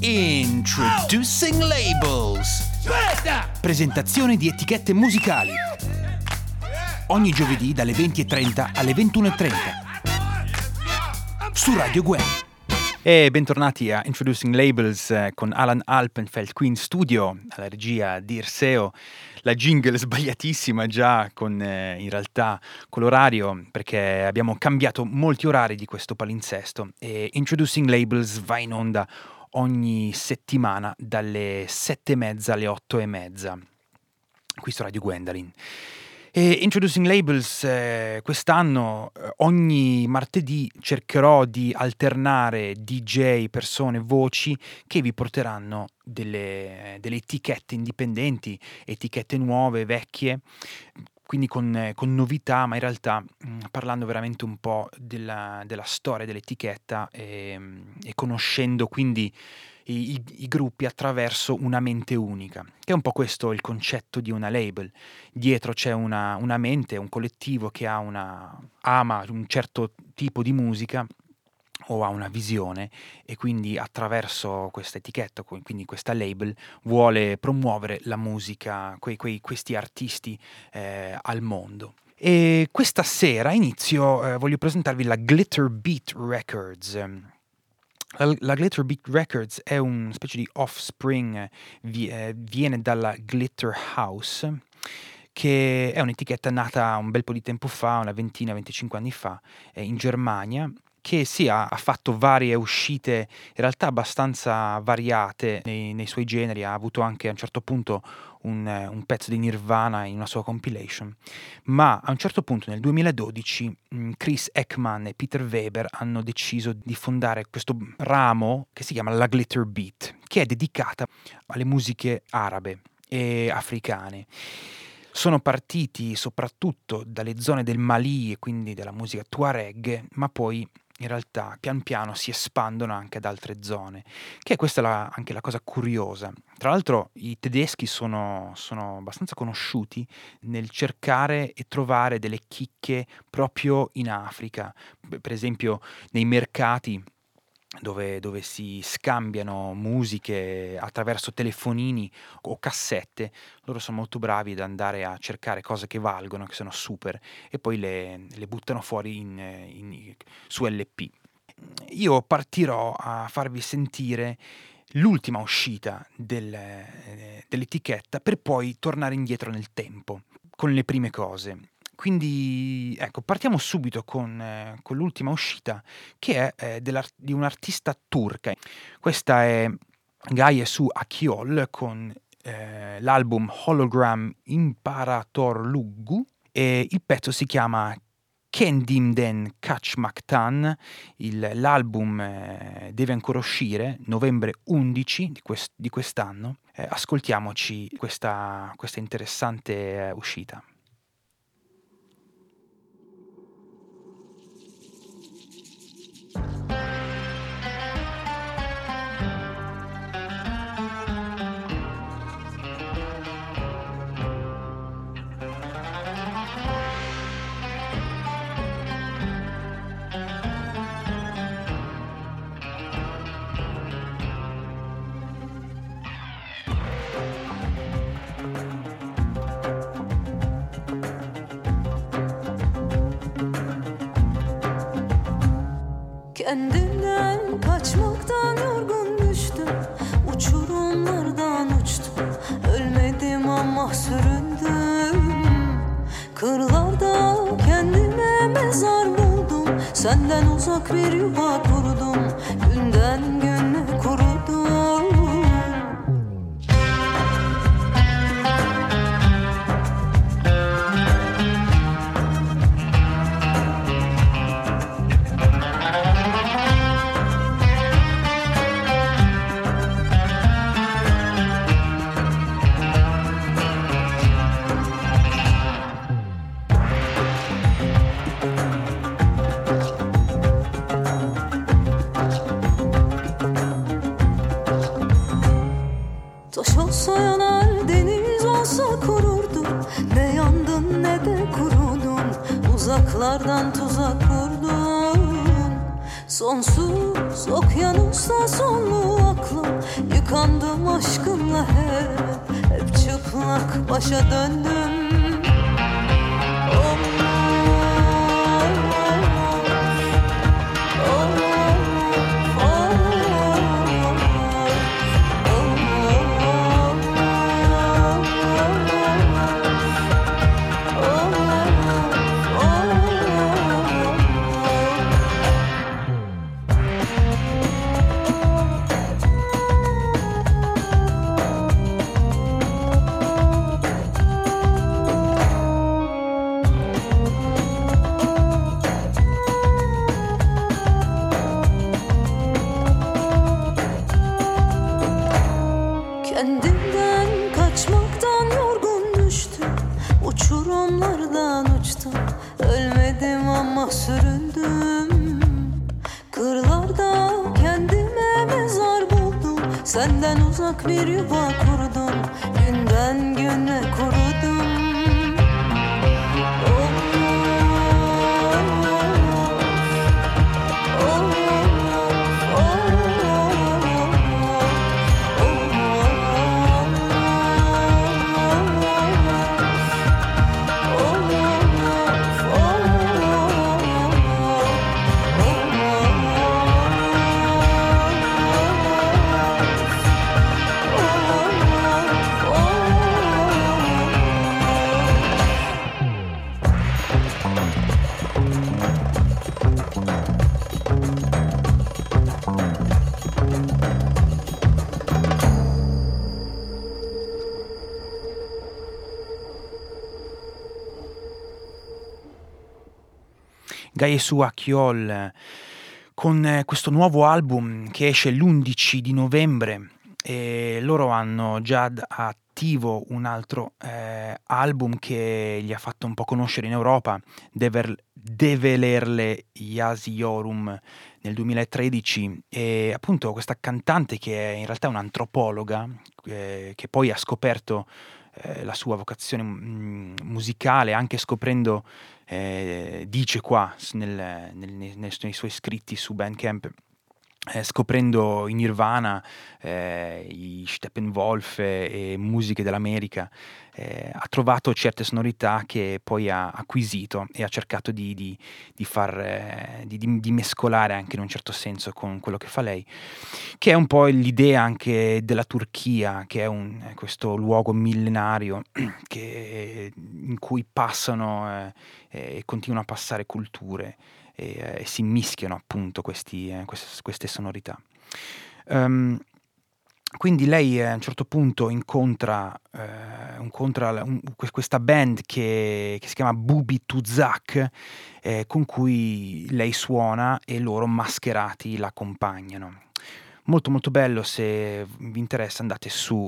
Introducing Labels. Presentazione di etichette musicali. Ogni giovedì dalle 20:30 alle 21:30 su Radio Gwen. E bentornati a Introducing Labels con Alan Alpenfeld qui in studio, alla regia di Irseo. La jingle sbagliatissima già con in realtà con l'orario, perché abbiamo cambiato molti orari di questo palinsesto e Introducing Labels va in onda ogni settimana dalle 7:30 alle 8:30 qui su Radio Gwendolyn. E Introducing Labels quest'anno ogni martedì cercherò di alternare DJ, persone, voci che vi porteranno delle etichette indipendenti, etichette nuove, vecchie, quindi con novità, ma in realtà parlando veramente un po' della storia dell'etichetta e conoscendo quindi i gruppi attraverso una mente unica, che è un po' questo il concetto di una label. Dietro c'è una mente, un collettivo che ama un certo tipo di musica o ha una visione e quindi attraverso questa etichetta, quindi questa label, vuole promuovere la musica, questi artisti al mondo. E questa sera voglio presentarvi la Glitter Beat Records. La Glitter Beat Records è una specie di offspring, viene dalla Glitter House, che è un'etichetta nata un bel po' di tempo fa, una 25 anni fa, in Germania, che ha fatto varie uscite, in realtà abbastanza variate nei suoi generi. Ha avuto anche a un certo punto un pezzo di Nirvana in una sua compilation, ma a un certo punto nel 2012 Chris Ekman e Peter Weber hanno deciso di fondare questo ramo che si chiama la Glitter Beat, che è dedicata alle musiche arabe e africane. Sono partiti soprattutto dalle zone del Mali e quindi della musica Tuareg, ma poi in realtà pian piano si espandono anche ad altre zone, che questa è anche la cosa curiosa. Tra l'altro i tedeschi sono abbastanza conosciuti nel cercare e trovare delle chicche proprio in Africa, per esempio nei mercati dove si scambiano musiche attraverso telefonini o cassette. Loro sono molto bravi ad andare a cercare cose che valgono, che sono super, e poi le buttano fuori su LP. Io partirò a farvi sentire l'ultima uscita dell'etichetta per poi tornare indietro nel tempo con le prime cose. Quindi ecco, partiamo subito con l'ultima uscita, che è di un'artista turca. Questa è Gaye Su Akyol con l'album Hologram İmparatorluğu e il pezzo si chiama Kendimden Kaçmaktan. L'album deve ancora uscire, novembre 11 di quest'anno. Ascoltiamoci questa interessante uscita. Kendinden kaçmaktan yorgun düştüm, uçurumlardan uçtum, ölmedim ama süründüm. Kırlarda kendime mezar buldum, senden uzak bir yuva kurdum, günden güne kurudum. Taş olsa yanar, deniz olsa kururdum. Ne yandın ne de kurudun, uzaklardan tuzak kurdun. Sonsuz okyanusta sonlu aklım, Tıkandım aşkınla hep çıplak başa döndüm. Kendimden kaçmaktan yorgun düştüm. Uçurumlardan uçtum. Ölmedim ama süründüm. Kırlarda kendime mezar buldum. Senden uzak bir yuva kurdum. Günden güne kurudum. Gayesu Achiol con questo nuovo album che esce l'11 di novembre e loro hanno già attivo un altro album che gli ha fatto un po' conoscere in Europa, Develerle Yasiorum nel 2013, e appunto questa cantante che è in realtà un'antropologa che poi ha scoperto la sua vocazione musicale anche scoprendo, dice qua nei suoi scritti su Bandcamp, scoprendo i Nirvana, i Steppenwolf e musiche dell'America, ha trovato certe sonorità che poi ha acquisito e ha cercato di mescolare anche in un certo senso con quello che fa lei, che è un po' l'idea anche della Turchia, che è questo luogo millenario in cui passano e continuano a passare culture e si mischiano appunto queste sonorità. Quindi lei a un certo punto incontra questa band che si chiama Bubi Tuzak, con cui lei suona e loro mascherati la accompagnano. Molto molto bello, se vi interessa andate su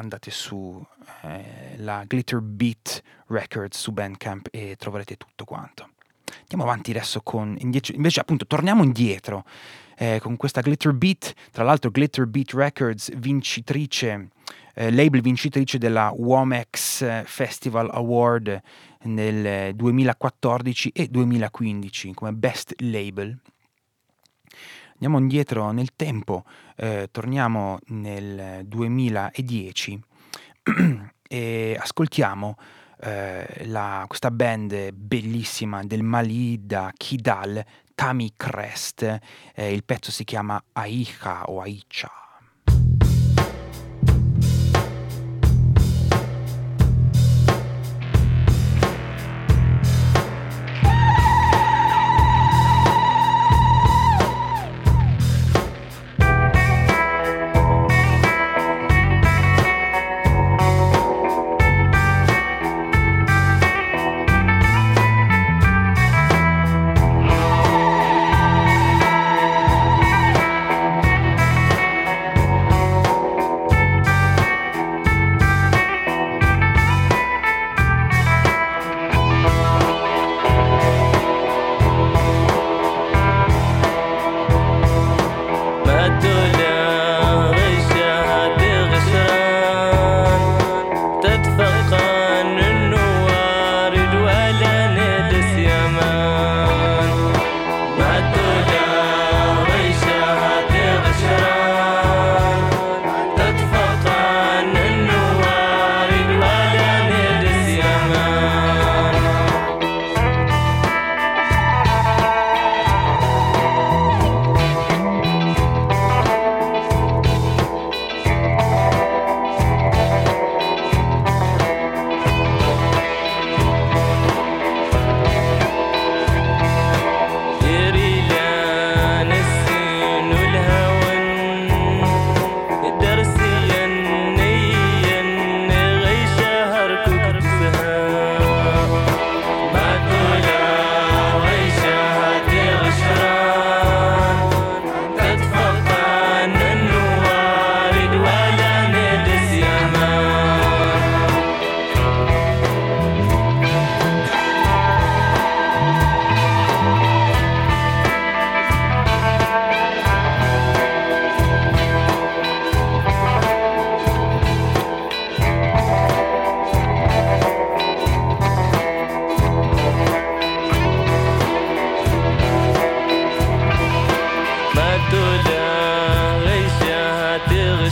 la Glitter Beat Records su Bandcamp e troverete tutto quanto. Andiamo avanti adesso invece appunto torniamo indietro con questa Glitter Beat, tra l'altro Glitter Beat Records label vincitrice della Womex Festival Award nel 2014 e 2015 come Best Label. Andiamo indietro nel tempo, torniamo nel 2010 e ascoltiamo questa band bellissima del Mali da Kidal, Tami Crest, il pezzo si chiama Aicha o Aicha.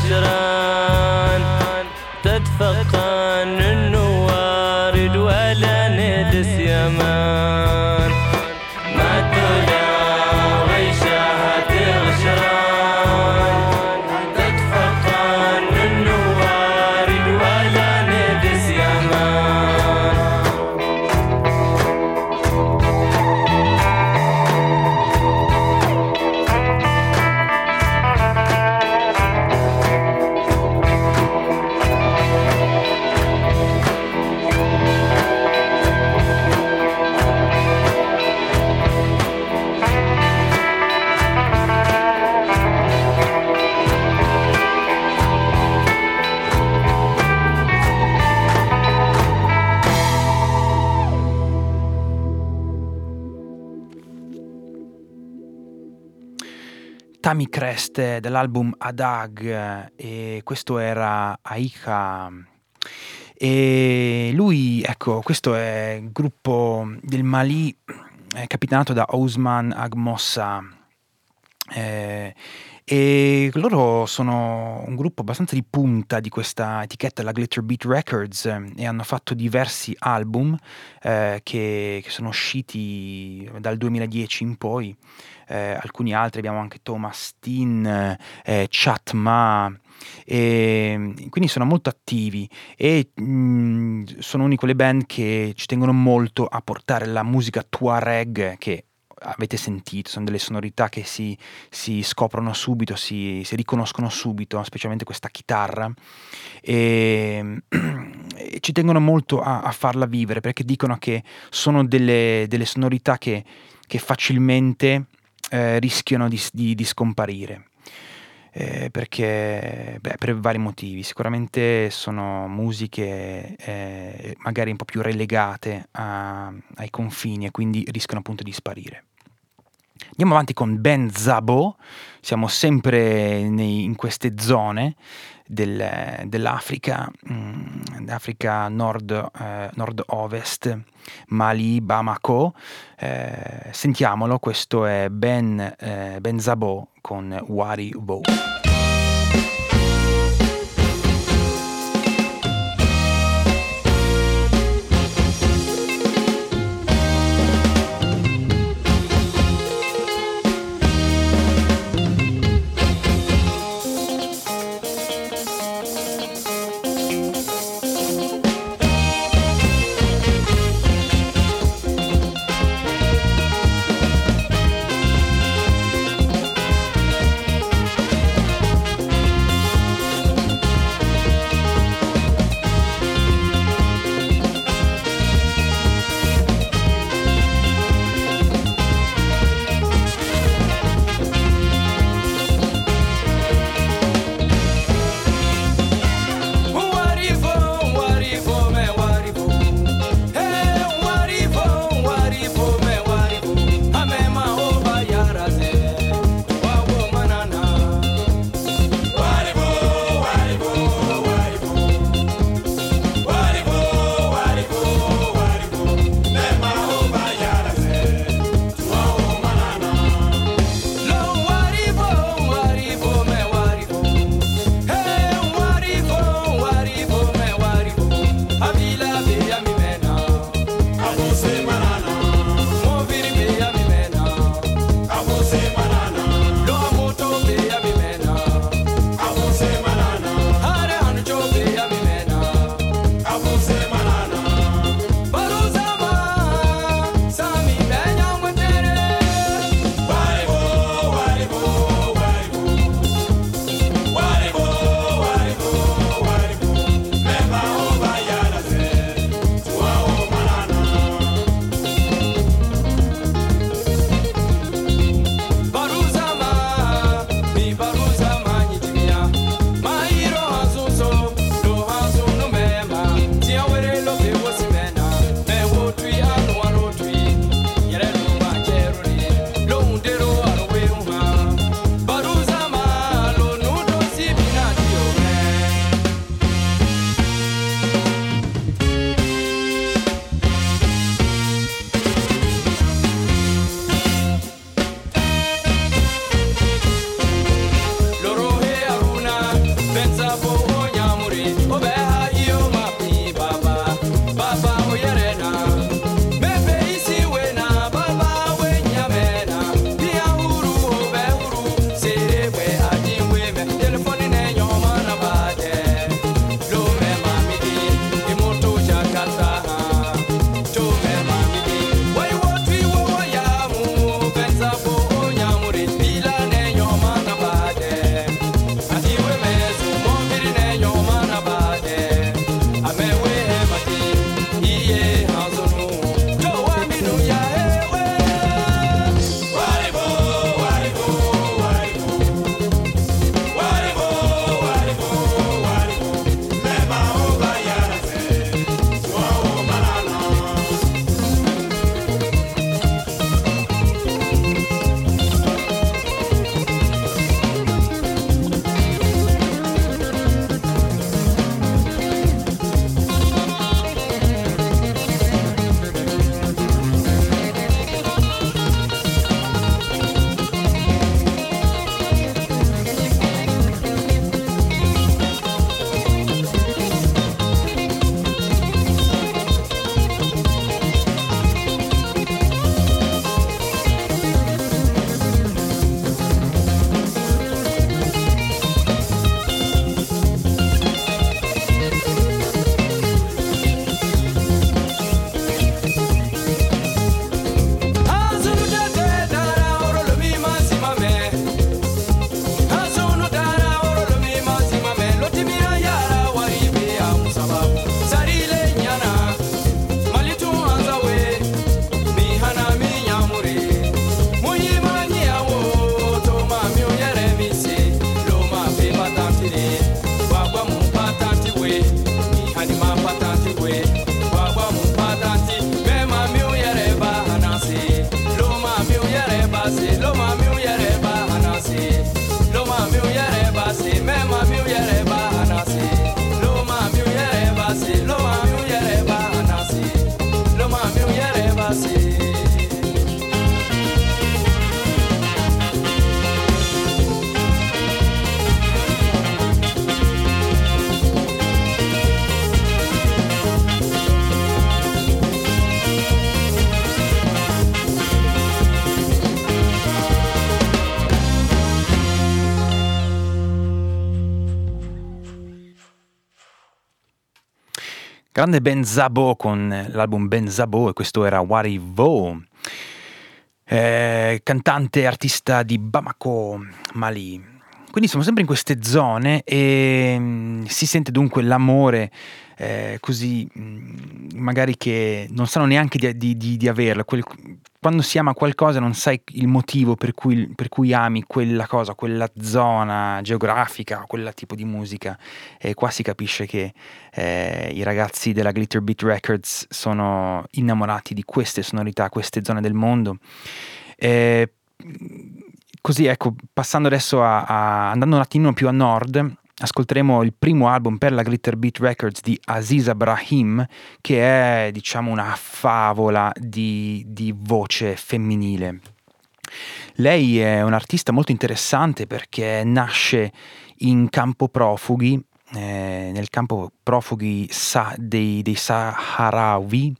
غشران تتفقن النوارد ولا ندس يمان ما تلا غيشها تغشران تتفقن النوارد ولا ندس يمان Tammy Crest dell'album Adag, e questo era Aika. E lui, ecco, questo è il gruppo del Mali, capitanato da Ousmane Agmossa, e loro sono un gruppo abbastanza di punta di questa etichetta, la Glitter Beat Records, e hanno fatto diversi album che sono usciti dal 2010 in poi. Alcuni altri, abbiamo anche Thomas Steen, Chatma, e quindi sono molto attivi e sono una di quelle band che ci tengono molto a portare la musica Tuareg, che avete sentito, sono delle sonorità che si scoprono subito, si riconoscono subito, specialmente questa chitarra, e ci tengono molto a farla vivere, perché dicono che sono delle sonorità che facilmente rischiano di scomparire, perché per vari motivi. Sicuramente sono musiche magari un po' più relegate ai confini, e quindi rischiano appunto di sparire. Andiamo avanti con Ben Zabo, siamo sempre in queste zone dell'Africa, Africa nord-ovest, Mali, Bamako. Sentiamolo, questo è Ben Zabo con Wari Wo. Grande Ben Szabo con l'album Ben Szabo, e questo era Warivo, cantante, artista di Bamako, Mali. Quindi siamo sempre in queste zone e si sente dunque l'amore così magari che non sanno neanche di averlo. Quando si ama qualcosa non sai il motivo per cui ami quella cosa, quella zona geografica, quel tipo di musica, e qua si capisce che i ragazzi della Glitter Beat Records sono innamorati di queste sonorità, queste zone del mondo. Così, ecco, passando adesso andando un attimino più a nord, ascolteremo il primo album per la Glitter Beat Records di Aziza Brahim, che è, diciamo, una favola di voce femminile. Lei è un'artista molto interessante perché nasce in campo profughi, nel campo profughi dei Saharawi,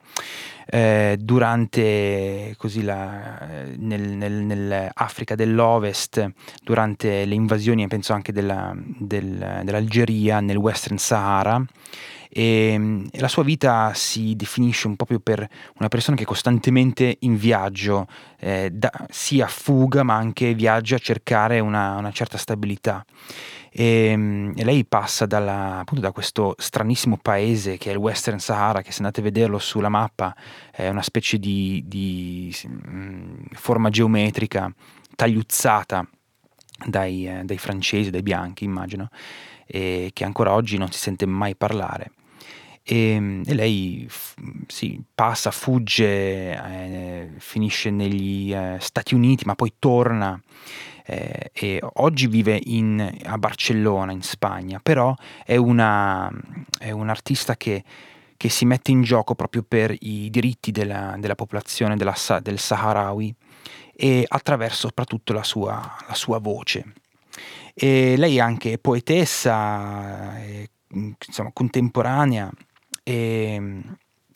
durante così nell'Africa dell'Ovest, durante le invasioni, penso anche dell'Algeria nel Western Sahara, e la sua vita si definisce un po' proprio per una persona che è costantemente in viaggio, sia fuga ma anche viaggia a cercare una certa stabilità. E lei passa appunto da questo stranissimo paese che è il Western Sahara, che se andate a vederlo sulla mappa è una specie di forma geometrica tagliuzzata dai francesi, dai bianchi immagino, e che ancora oggi non si sente mai parlare. E lei passa, fugge, finisce negli Stati Uniti, ma poi torna, e oggi vive a Barcellona, in Spagna, però è un artista che si mette in gioco proprio per i diritti della popolazione del Saharawi, e attraverso soprattutto la sua voce. E lei è anche poetessa, insomma, contemporanea, ed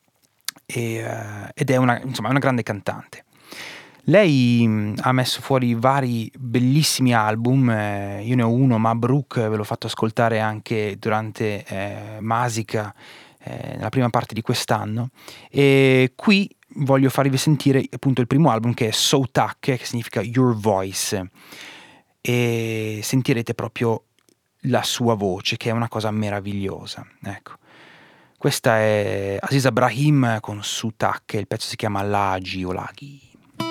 è una grande cantante. Lei ha messo fuori vari bellissimi album, io ne ho uno, Mabruk, ve l'ho fatto ascoltare anche durante Masica, nella prima parte di quest'anno, e qui voglio farvi sentire appunto il primo album, che è Soutak, che significa Your Voice, e sentirete proprio la sua voce, che è una cosa meravigliosa. Ecco, questa è Aziza Brahim con Soutak, il pezzo si chiama Lagi o Laghi.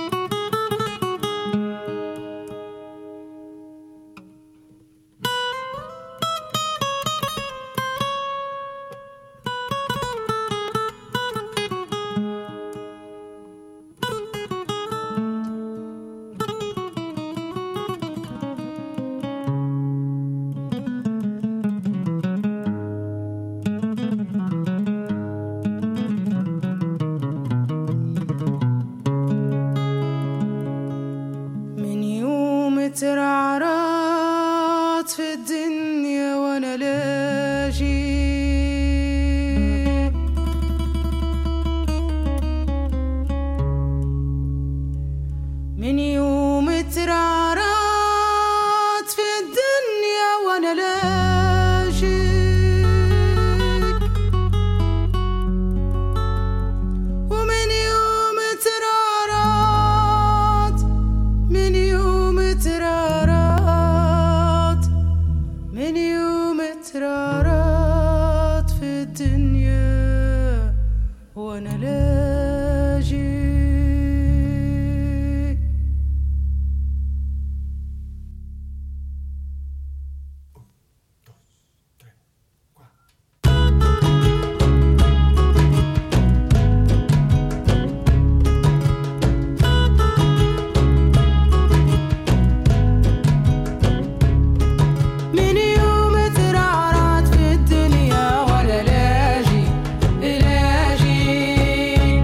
ترعرعت في الدنيا وانا لاجي من يوم ترعرعت في الدنيا وانا لاجي ومن يوم ترعرعت من يوم ترعرعت من يوم ترعرعت في الدنيا وانا لاجي. من يوم ترعرعت في الدنيا وانا لاجي لاجي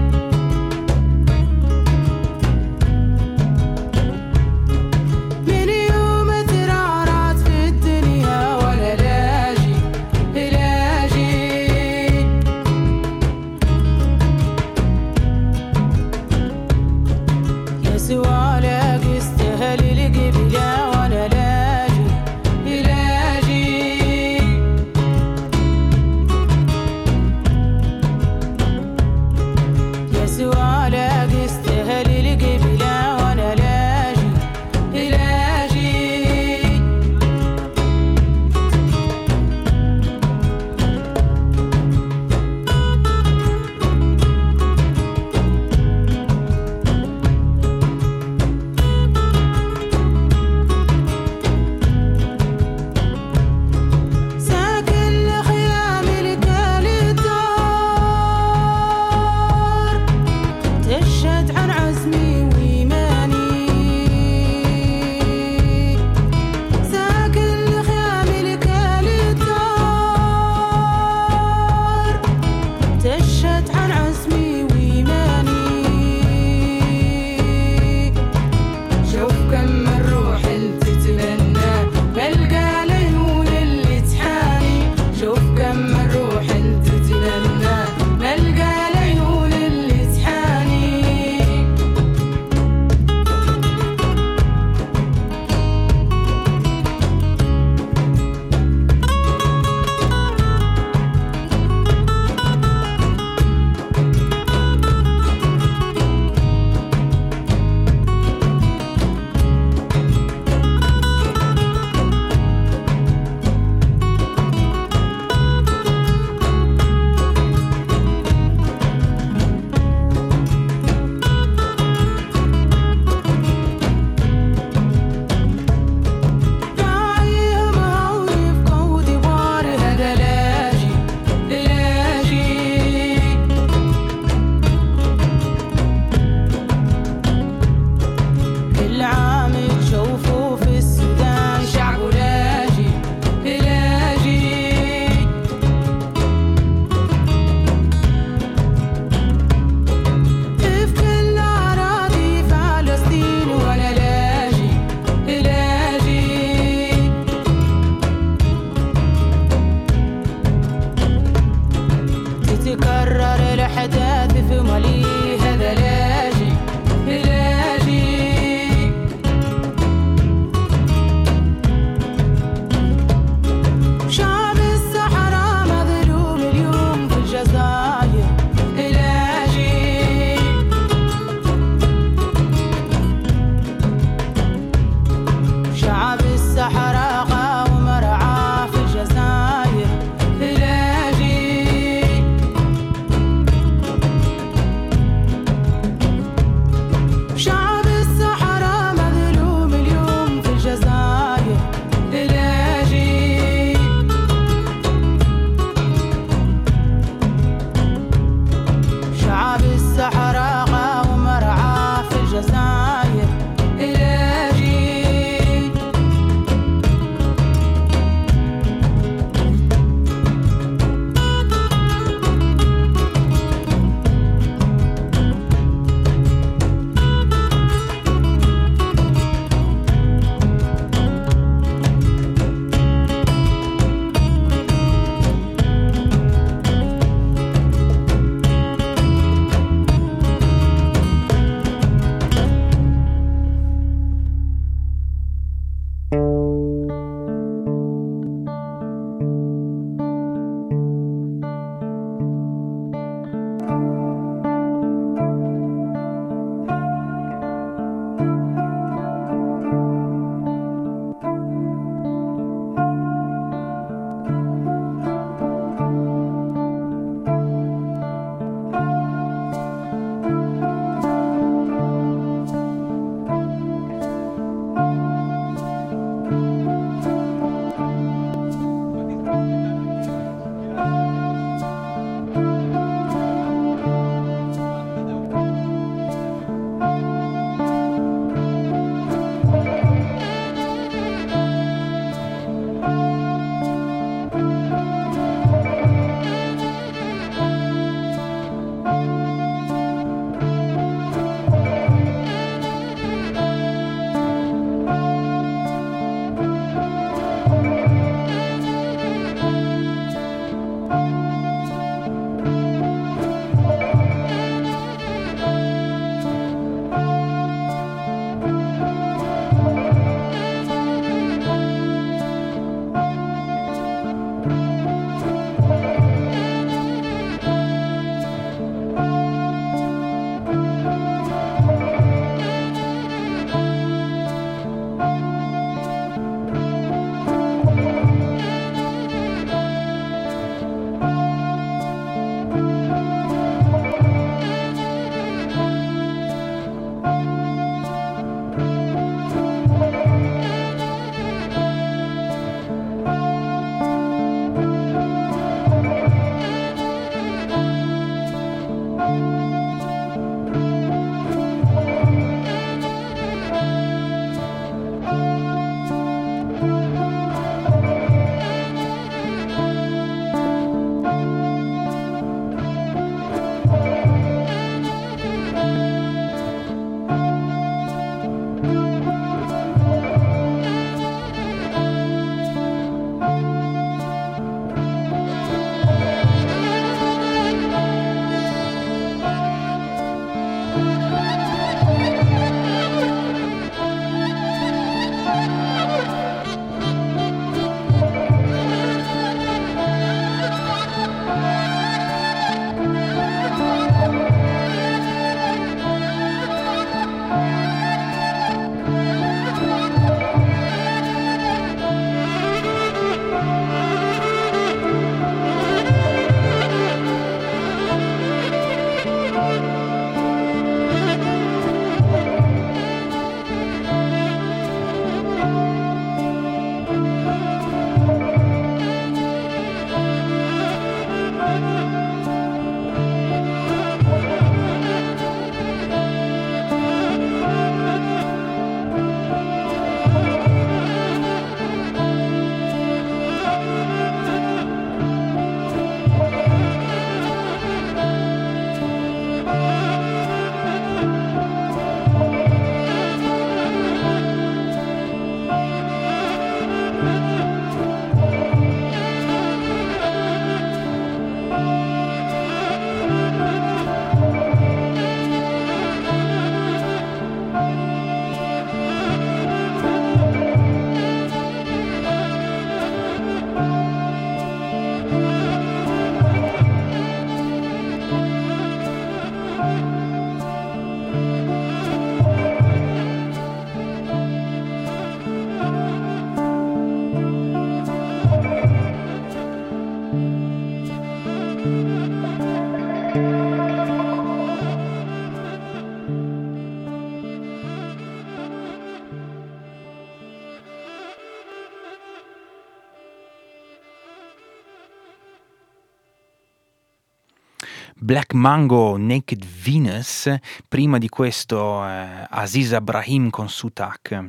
Black Mango, Naked Venus, prima di questo Aziz Abrahim con Sutak.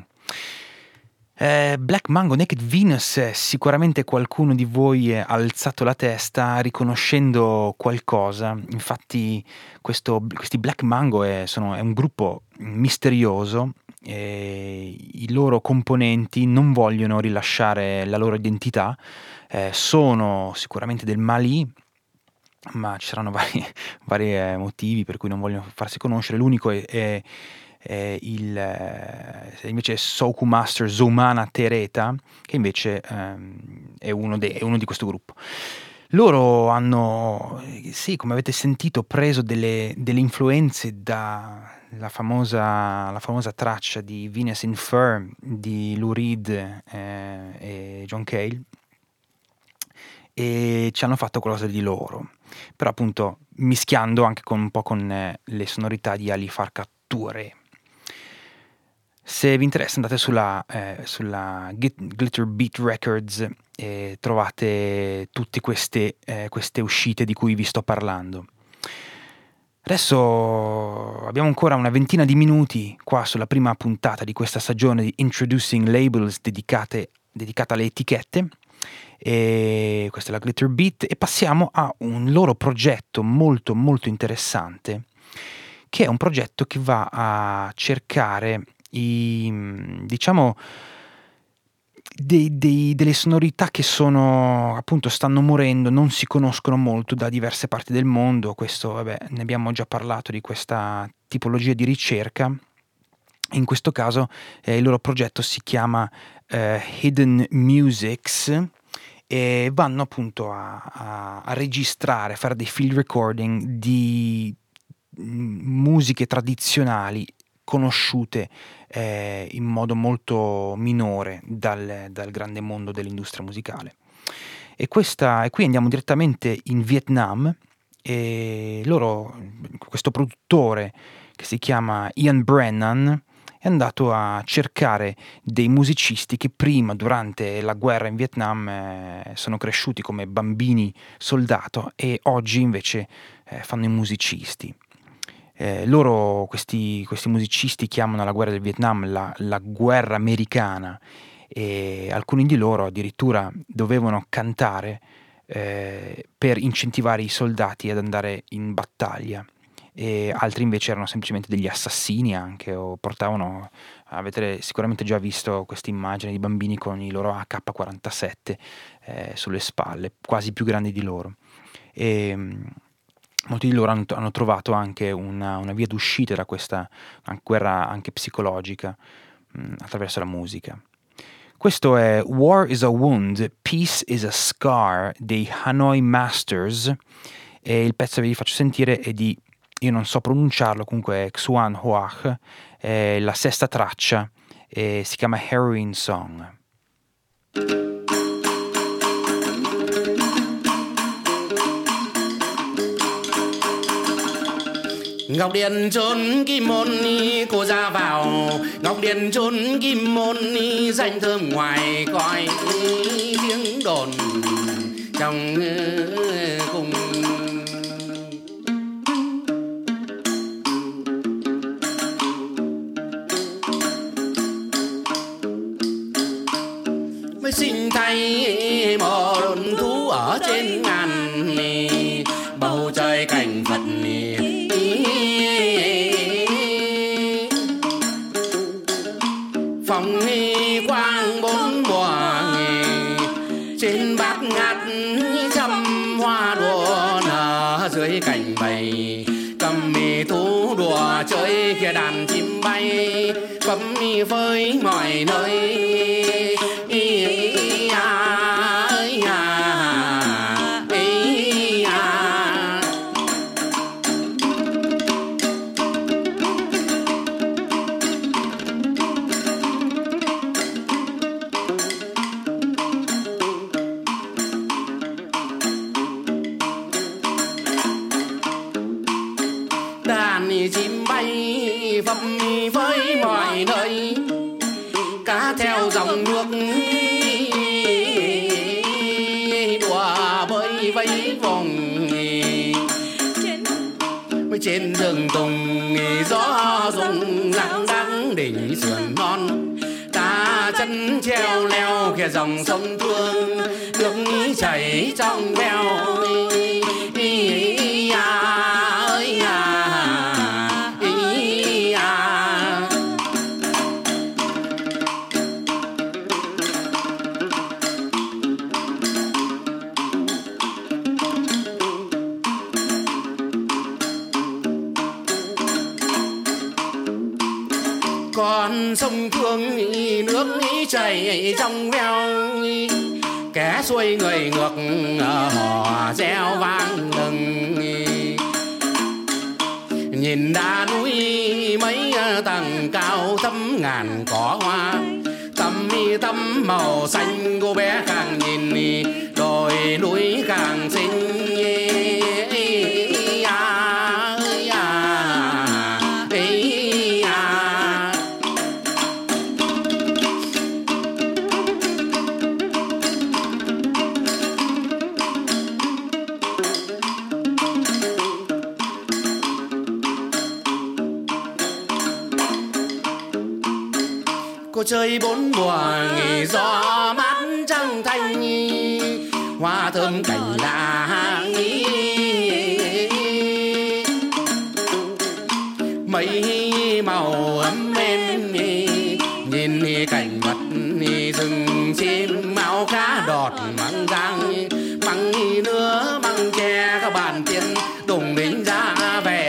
Black Mango, Naked Venus, sicuramente qualcuno di voi ha alzato la testa riconoscendo qualcosa. Infatti questi Black Mango è un gruppo misterioso. I loro componenti non vogliono rilasciare la loro identità, sono sicuramente del Mali, ma ci saranno vari motivi per cui non vogliono farsi conoscere. L'unico è invece Soku Master Zoumana Tereta, che invece è uno di questo gruppo. Loro hanno, sì, come avete sentito, preso delle influenze dalla famosa traccia di Venus in Fur di Lou Reed e John Cale, e ci hanno fatto qualcosa di loro, però appunto mischiando anche un po' con le sonorità di Ali Farka Touré. Se vi interessa andate sulla Glitter Beat Records e trovate tutte queste uscite di cui vi sto parlando. Adesso abbiamo ancora una ventina di minuti qua sulla prima puntata di questa stagione di Introducing Labels dedicata alle etichette. E questa è la Glitter Beat, e passiamo a un loro progetto molto molto interessante, che è un progetto che va a cercare delle sonorità che stanno morendo, non si conoscono molto da diverse parti del mondo. Questo, ne abbiamo già parlato di questa tipologia di ricerca. In questo caso il loro progetto si chiama Hidden Musics, e vanno appunto a registrare, a fare dei field recording di musiche tradizionali conosciute in modo molto minore dal grande mondo dell'industria musicale. E qui andiamo direttamente in Vietnam, e questo produttore che si chiama Ian Brennan è andato a cercare dei musicisti che prima, durante la guerra in Vietnam, sono cresciuti come bambini soldato e oggi invece fanno i musicisti. Questi musicisti chiamano la guerra del Vietnam la guerra americana, e alcuni di loro addirittura dovevano cantare per incentivare i soldati ad andare in battaglia, e altri invece erano semplicemente degli assassini anche, o portavano, avete sicuramente già visto queste immagini di bambini con i loro AK-47 sulle spalle, quasi più grandi di loro. E molti di loro hanno trovato anche una via d'uscita da questa guerra anche psicologica attraverso la musica. Questo è War is a Wound, Peace is a Scar dei Hanoi Masters, e il pezzo che vi faccio sentire è di, io non so pronunciarlo, comunque è Xuan Hoach, è la sesta traccia e si chiama Heroin Song. Ngọc Điện trốn kim môn cô ra vào, Ngọc Điện trốn kim môn danh thơm ngoài coi tiếng đồn trong cung. Mới sinh thay mò đồn thú ở trên ngàn, bầu trời cảnh Phật phòng quang bốn mùa, trên bát ngát trăm hoa đùa nở dưới cành bầy, cầm mì thú đùa chơi kia đàn chim bay, bấm với mọi nơi. Chim bay vấp với mọi nơi, cá theo dòng nước đùa bơi vẫy vòng, trên rừng tùng gió rung lặng đắng đỉnh sườn non, ta chân treo leo kìa dòng sông Thương, nước chảy trong veo. Con sông Thương nước chảy trong veo, kẻ xuôi người ngược hò reo vang lừng. Nhìn đá núi mấy tầng cao thắm ngàn cỏ hoa, tắm màu xanh cô bé càng nhìn đồi núi càng xinh. Cô chơi bốn mùa nghỉ gió mát trăng thanh, hoa thơm cảnh lạ mấy màu ấm êm, nhìn cảnh vật rừng chim máu cá đọt măng rang măng nứa măng tre, các bạn tiên đùng đến ra về.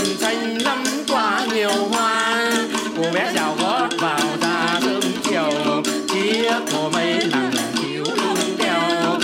xanh lắm quá nhiều hoa. Cô bé rào gót vào ra sớm chiều, chiếc hồ mây nặng chiếu lưng theo.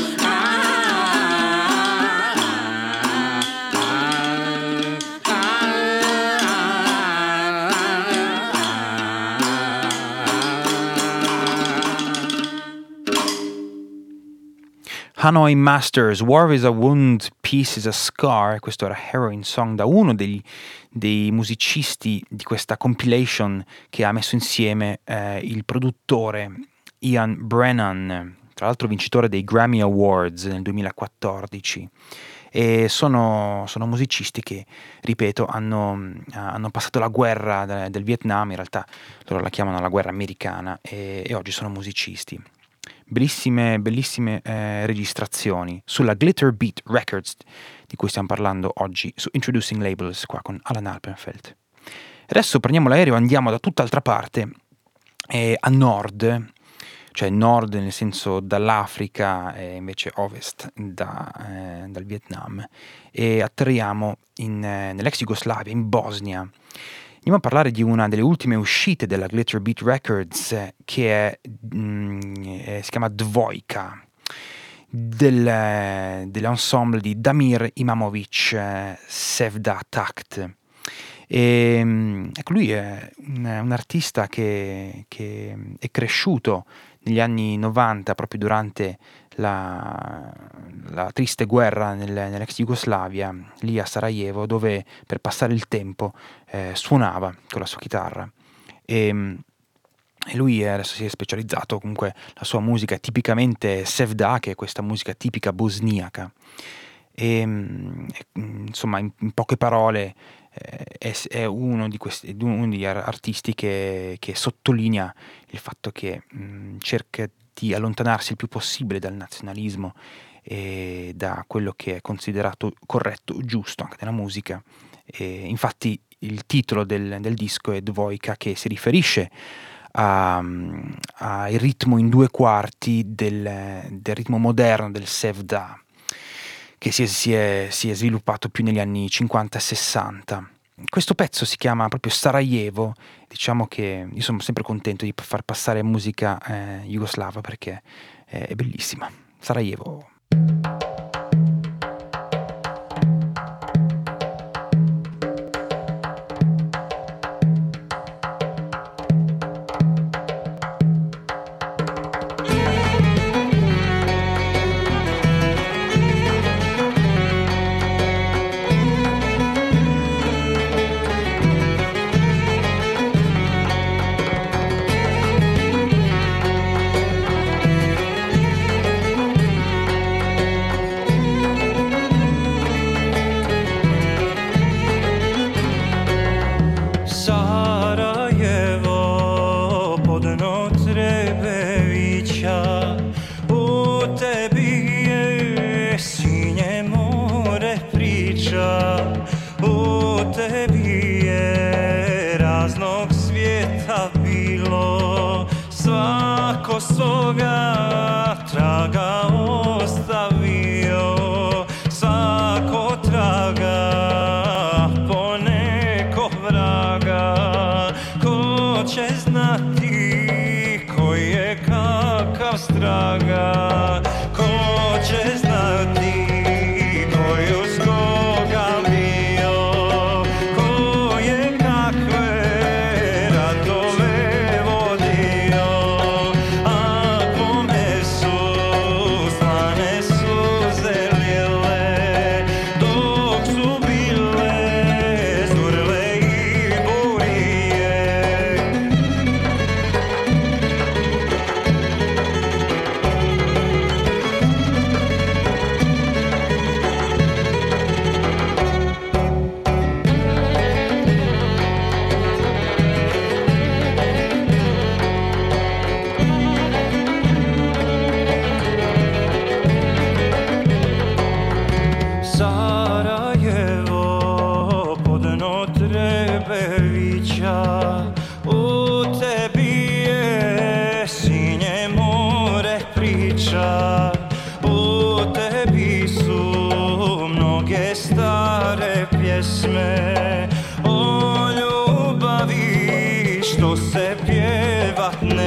Hanoi Masters, War is a Wound, Peace is a Scar. Questo era Heroin Song, da uno dei musicisti di questa compilation che ha messo insieme il produttore Ian Brennan, tra l'altro vincitore dei Grammy Awards nel 2014. E sono musicisti che, ripeto, hanno passato la guerra del Vietnam, in realtà loro la chiamano la guerra americana, e oggi sono musicisti. Bellissime registrazioni sulla Glitter Beat Records, di cui stiamo parlando oggi su Introducing Labels, qua con Alan Alpenfeld. Adesso prendiamo l'aereo e andiamo da tutt'altra parte, a nord, cioè nord nel senso dall'Africa e invece ovest dal Vietnam, e atterriamo nell'ex Jugoslavia, in Bosnia. Andiamo a parlare di una delle ultime uscite della Glitter Beat Records, che si chiama Dvojka, dell'ensemble di Damir Imamovic, Sevda Takt. Ecco, lui è un artista che è cresciuto negli anni 90, proprio durante la triste guerra nell'ex Jugoslavia, lì a Sarajevo, dove per passare il tempo suonava con la sua chitarra. E lui adesso si è specializzato, comunque la sua musica è tipicamente Sevda, che è questa musica tipica bosniaca. Insomma, in poche parole, è uno degli artisti che sottolinea il fatto che cerca di allontanarsi il più possibile dal nazionalismo e da quello che è considerato corretto, giusto anche nella musica. E infatti il titolo del disco è Dvojka, che si riferisce al ritmo in 2/4 del ritmo moderno del Sevda, che si è sviluppato più negli anni 50 e 60. Questo pezzo si chiama proprio Sarajevo. Diciamo che io sono sempre contento di far passare musica jugoslava, perché è bellissima. Sarajevo.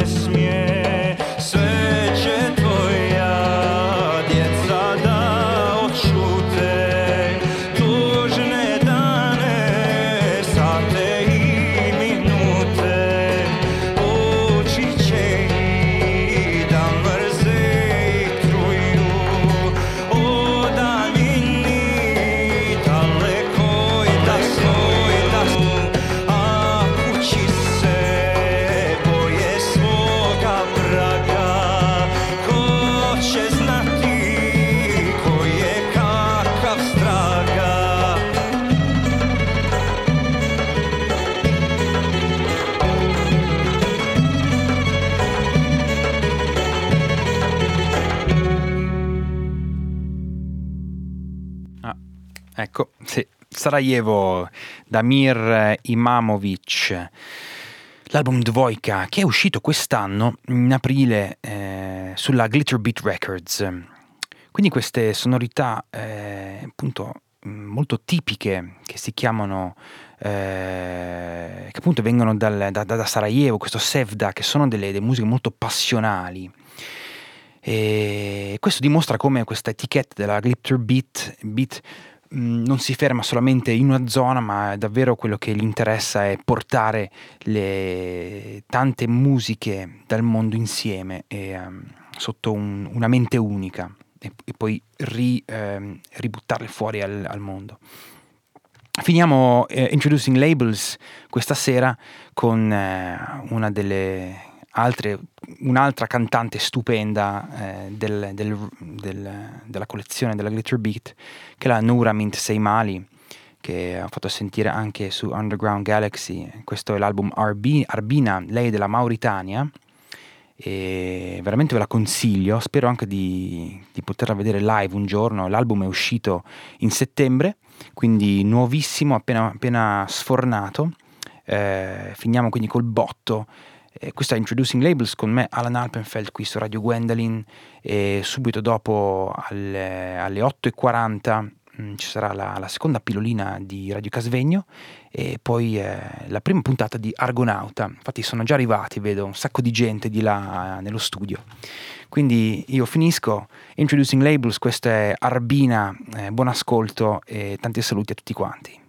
pesmie, sveće tvoja djeca da odšute, tužne dane, sate i minute, učit će ih da mrze i truju, o daljini dalekoj da su, a kući se boje svoga praga. Ko će znati ko je kakav straga? Ah, ecco, sì. Sarajevo, Damir Imamovic, l'album Dvojka, che è uscito quest'anno in aprile sulla Glitter Beat Records. Quindi queste sonorità appunto molto tipiche che si chiamano che appunto vengono da Sarajevo, questo Sevda, che sono delle musiche molto passionali. E questo dimostra come questa etichetta della Glitter Beat non si ferma solamente in una zona, ma davvero quello che gli interessa è portare le tante musiche dal mondo insieme e sotto una mente unica e poi ributtarle fuori al mondo. Finiamo Introducing Labels questa sera con un'altra cantante stupenda della collezione della Glitter Beat, che è la Noura Mint Seimali, che ho fatto sentire anche su Underground Galaxy. Questo è l'album Arbina, lei è della Mauritania, e veramente ve la consiglio. Spero anche di poterla vedere live un giorno. L'album è uscito in settembre, quindi nuovissimo, appena sfornato. Finiamo quindi col botto. Questo è Introducing Labels con me, Alan Alpenfeld, qui su Radio Gwendolyn, e subito dopo alle 8:40 ci sarà la seconda pilolina di Radio Casvegno e poi la prima puntata di Argonauta. Infatti sono già arrivati, vedo un sacco di gente di là nello studio. Quindi io finisco Introducing Labels, questo è Arbina, buon ascolto e tanti saluti a tutti quanti.